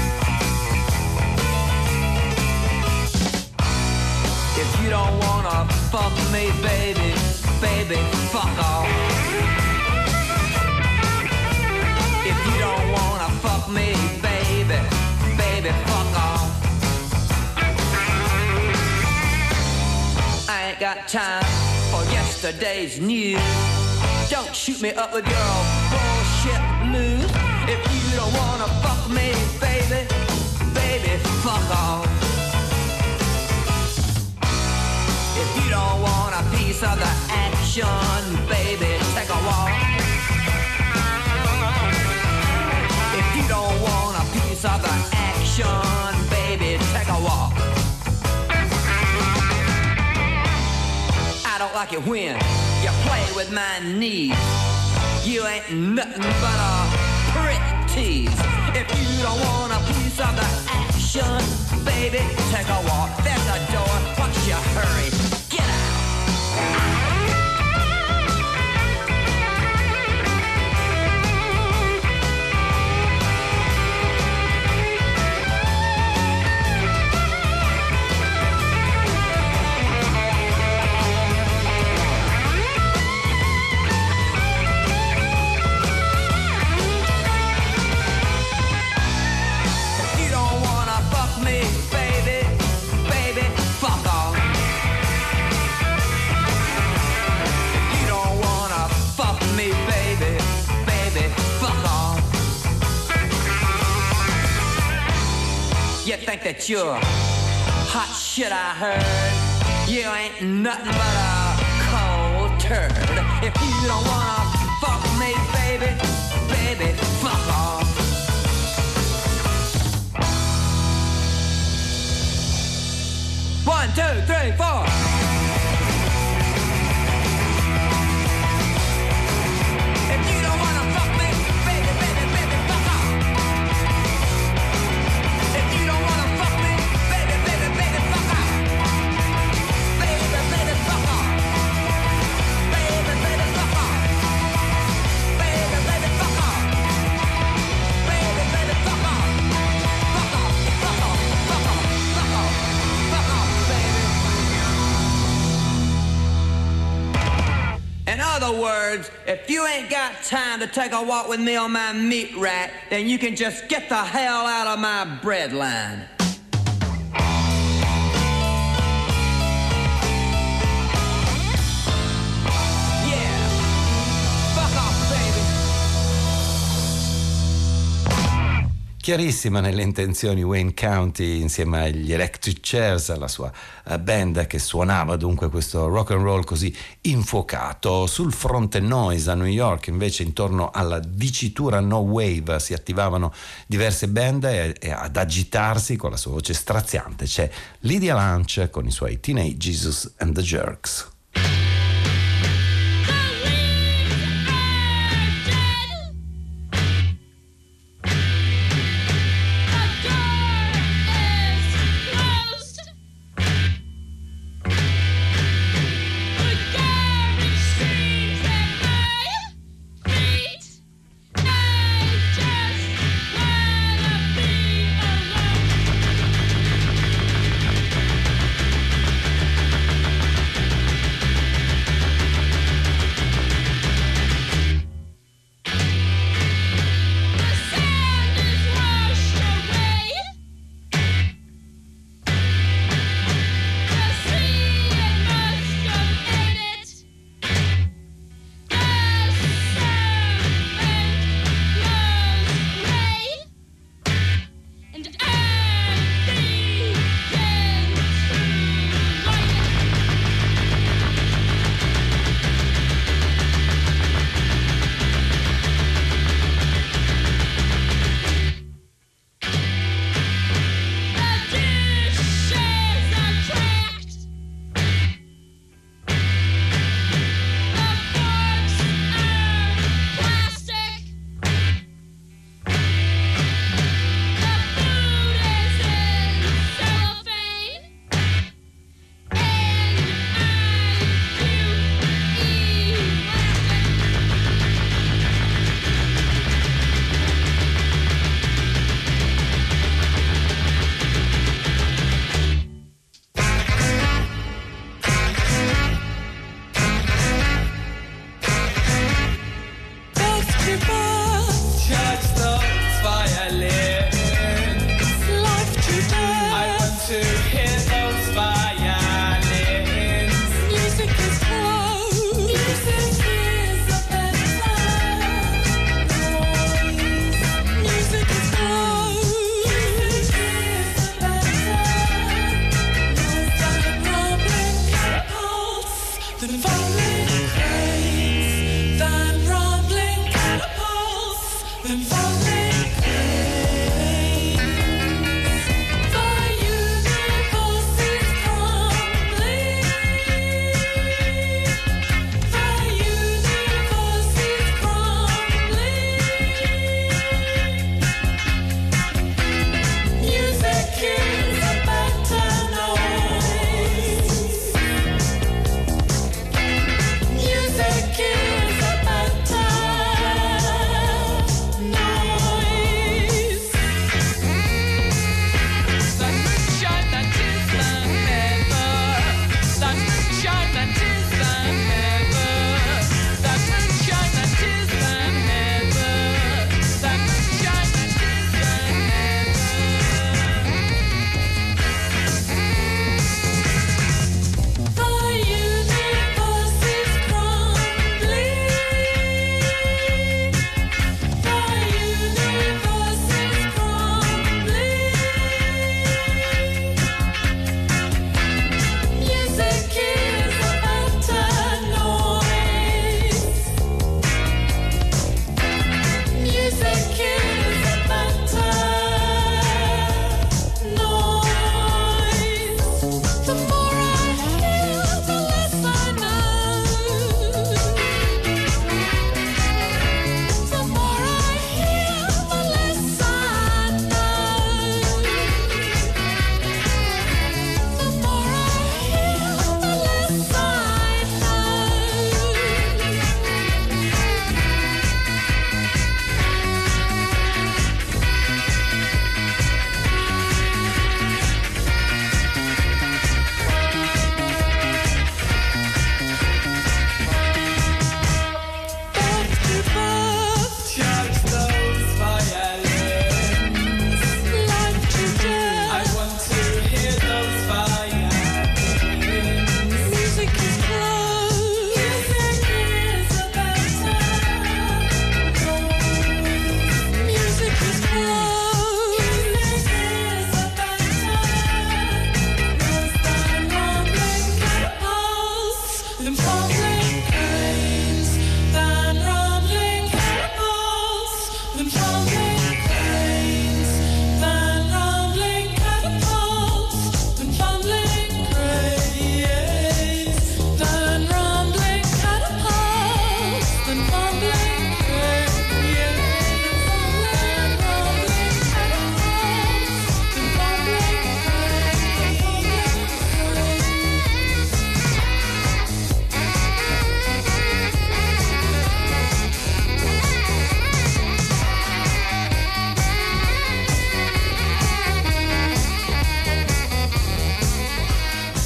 If you don't wanna fuck me, baby, baby, fuck off. If you don't wanna fuck me, baby, baby, fuck off. I ain't got time for yesterday's news. Don't shoot me up with your bullshit blues. If you don't wanna fuck me, baby, baby, fuck off. If you don't want a piece of the action, baby, take a walk. If you don't want a piece of the action, baby, take a walk. I don't like it when you play with my knees. You ain't nothing but a prick tease. If you don't want a piece of the action, baby, take a walk. There's a door, what's your hurry? Get out. You think that you're hot shit, I heard. You ain't nothing but a cold turd. If you don't wanna fuck me, baby, baby, fuck off. One, two, three, four. If you don't wanna fuck me, baby, baby, baby, fuck off. If you don't wanna fuck me, baby, baby, baby, fuck off. Baby, baby, fuck off. Baby, baby, fuck off. Baby, baby, fuck off. Baby, baby, fuck off. Fuck off, fuck off, fuck off, fuck off, fuck off, baby. In other words, if you ain't got time to take a walk with me on my meat rack, then you can just get the hell out of my bread line. Yeah, fuck off, baby. Chiarissima nelle intenzioni Wayne County insieme agli Electric Chairs, alla sua band che suonava dunque questo rock and roll così infuocato. Sul fronte noise a New York invece intorno alla dicitura no wave si attivavano diverse band e ad agitarsi con la sua voce straziante c'è Lydia Lunch con i suoi Teenage Jesus and the Jerks.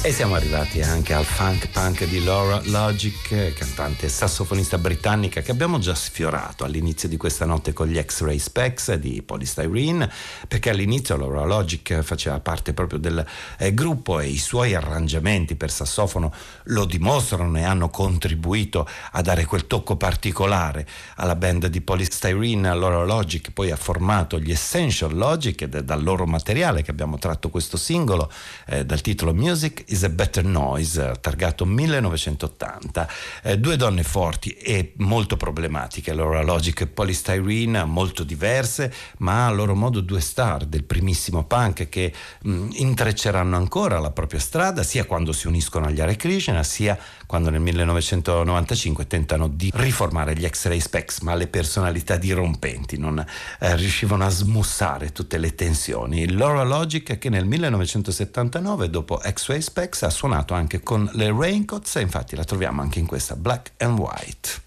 E siamo arrivati anche al funk punk di Laura Logic, cantante e sassofonista britannica che abbiamo già sfiorato all'inizio di questa notte con gli X-Ray Specs di Polystyrene, perché all'inizio Laura Logic faceva parte proprio del gruppo e i suoi arrangiamenti per sassofono lo dimostrano e hanno contribuito a dare quel tocco particolare alla band di Polystyrene. Laura Logic poi ha formato gli Essential Logic ed è dal loro materiale che abbiamo tratto questo singolo dal titolo Music is a Better Noise, targato 1980. Due donne forti e molto problematiche, Laura Logic e Polystyrene, molto diverse ma a loro modo due star del primissimo punk che intrecceranno ancora la propria strada sia quando si uniscono agli Hare Krishna sia quando nel 1995 tentano di riformare gli X-Ray Specs, ma le personalità dirompenti non riuscivano a smussare tutte le tensioni. Laura Logic che nel 1979 dopo X-Ray Specs ha suonato anche con le Raincoats e infatti la troviamo anche in questa Black and White.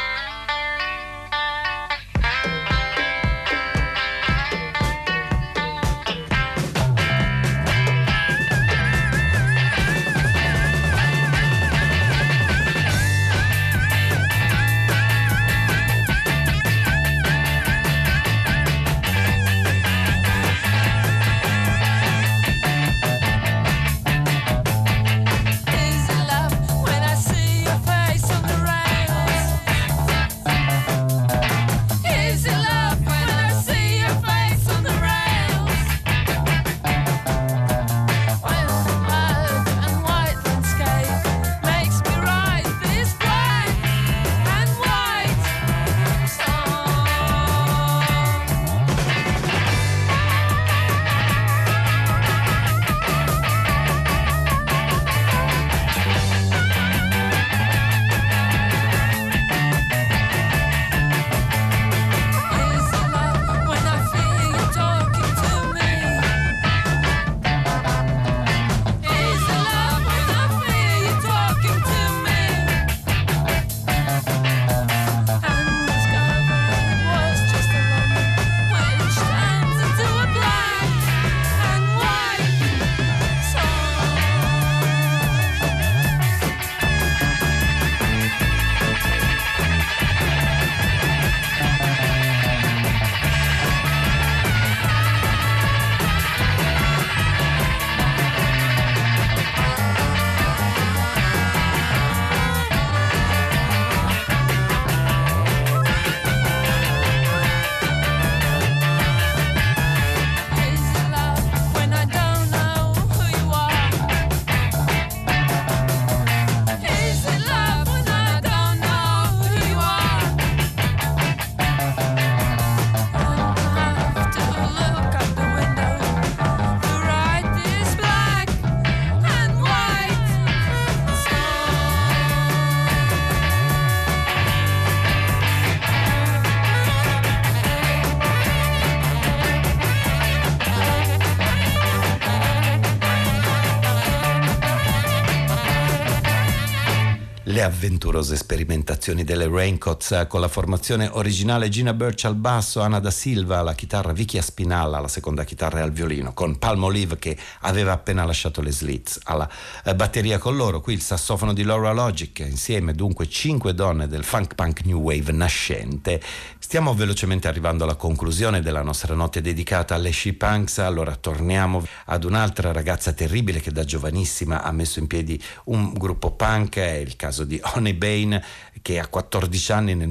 Le avventurose sperimentazioni delle Raincoats con la formazione originale Gina Birch al basso, Anna da Silva alla chitarra, Vicky Aspinalla alla seconda chitarra e al violino, con Palmolive che aveva appena lasciato le Slits alla batteria con loro. Qui il sassofono di Laura Logic, insieme dunque 5 donne del funk punk new wave nascente. Stiamo velocemente arrivando alla conclusione della nostra notte dedicata alle She Punks, allora torniamo ad un'altra ragazza terribile che da giovanissima ha messo in piedi un gruppo punk, è il caso di Honey Bane, che a 14 anni nel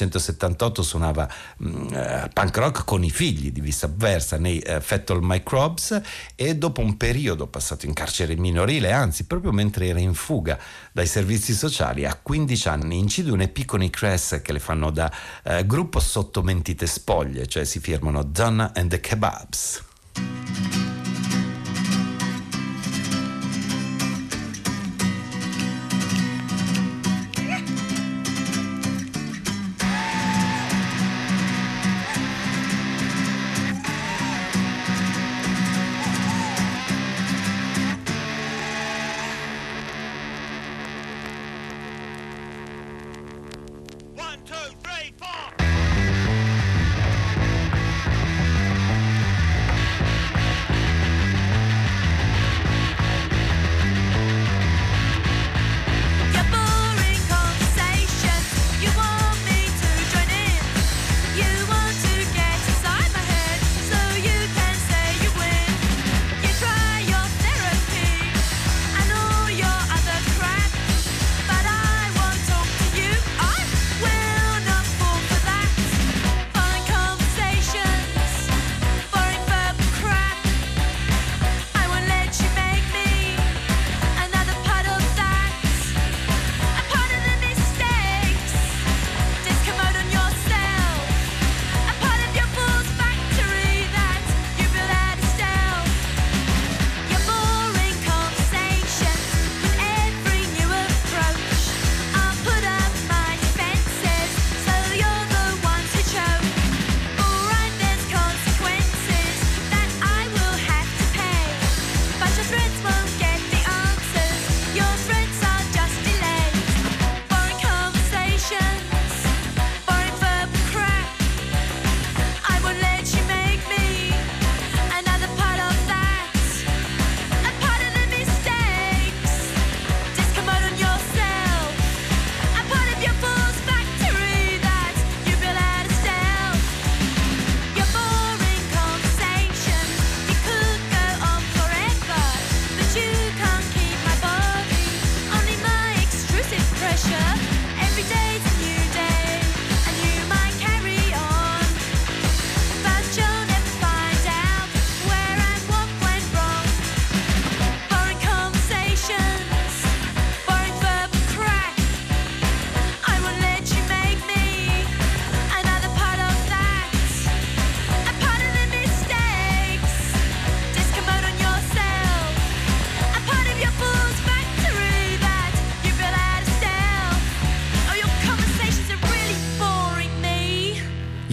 1978 suonava punk rock con i figli di Viceversa nei Fetal Microbes, e dopo un periodo passato in carcere minorile, anzi proprio mentre era in fuga dai servizi sociali, a 15 anni incide un EP con i Cress che le fanno da gruppo sotto mentite spoglie, cioè si firmano Donna and the Kebabs.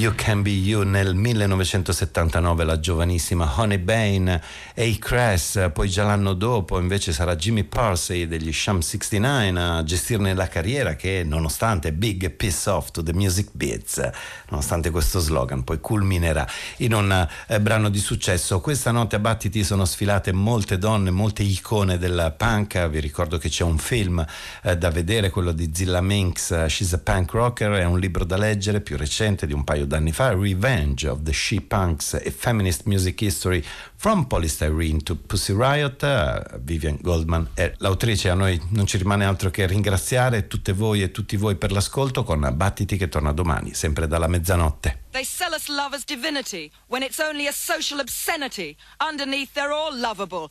You Can Be You. Nel 1979 la giovanissima Honey Bain e i Crass, poi già l'anno dopo invece sarà Jimmy Parsey degli Sham 69 a gestirne la carriera, che nonostante Big Piss Off to the Music Beats, nonostante questo slogan, poi culminerà in un brano di successo. Questa notte a Battiti sono sfilate molte donne, molte icone del punk. Vi ricordo che c'è un film da vedere, quello di Zilla Minx, She's a Punk Rocker, è un libro da leggere più recente di un paio d'anni fa, Revenge of the She Punks, a Feminist Music History from Polystyrene to Pussy Riot. Vivian Goldman è l'autrice. A noi non ci rimane altro che ringraziare tutte voi e tutti voi per l'ascolto, con Battiti che torna domani sempre dalla mezzanotte. They sell us love as divinity when it's only a social obscenity. Underneath they're all lovable.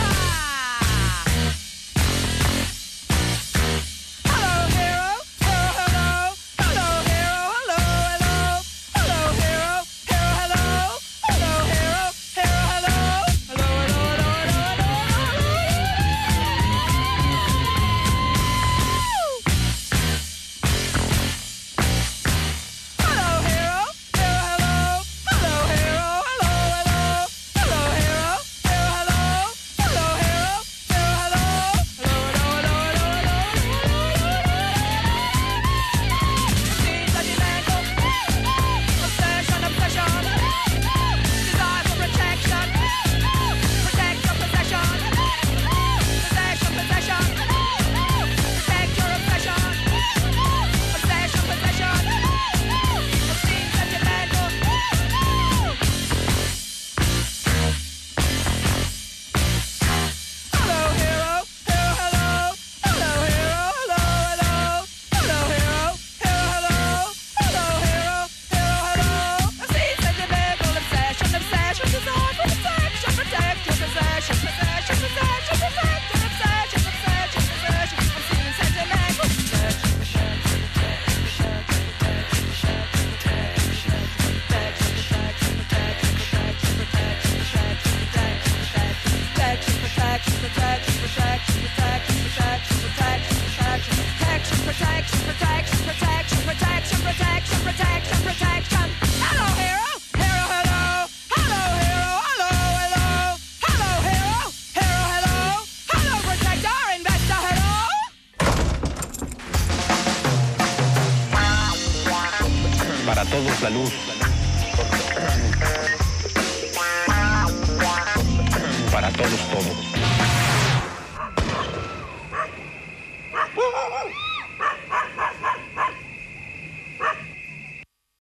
Para todos la luz. Para todos todo.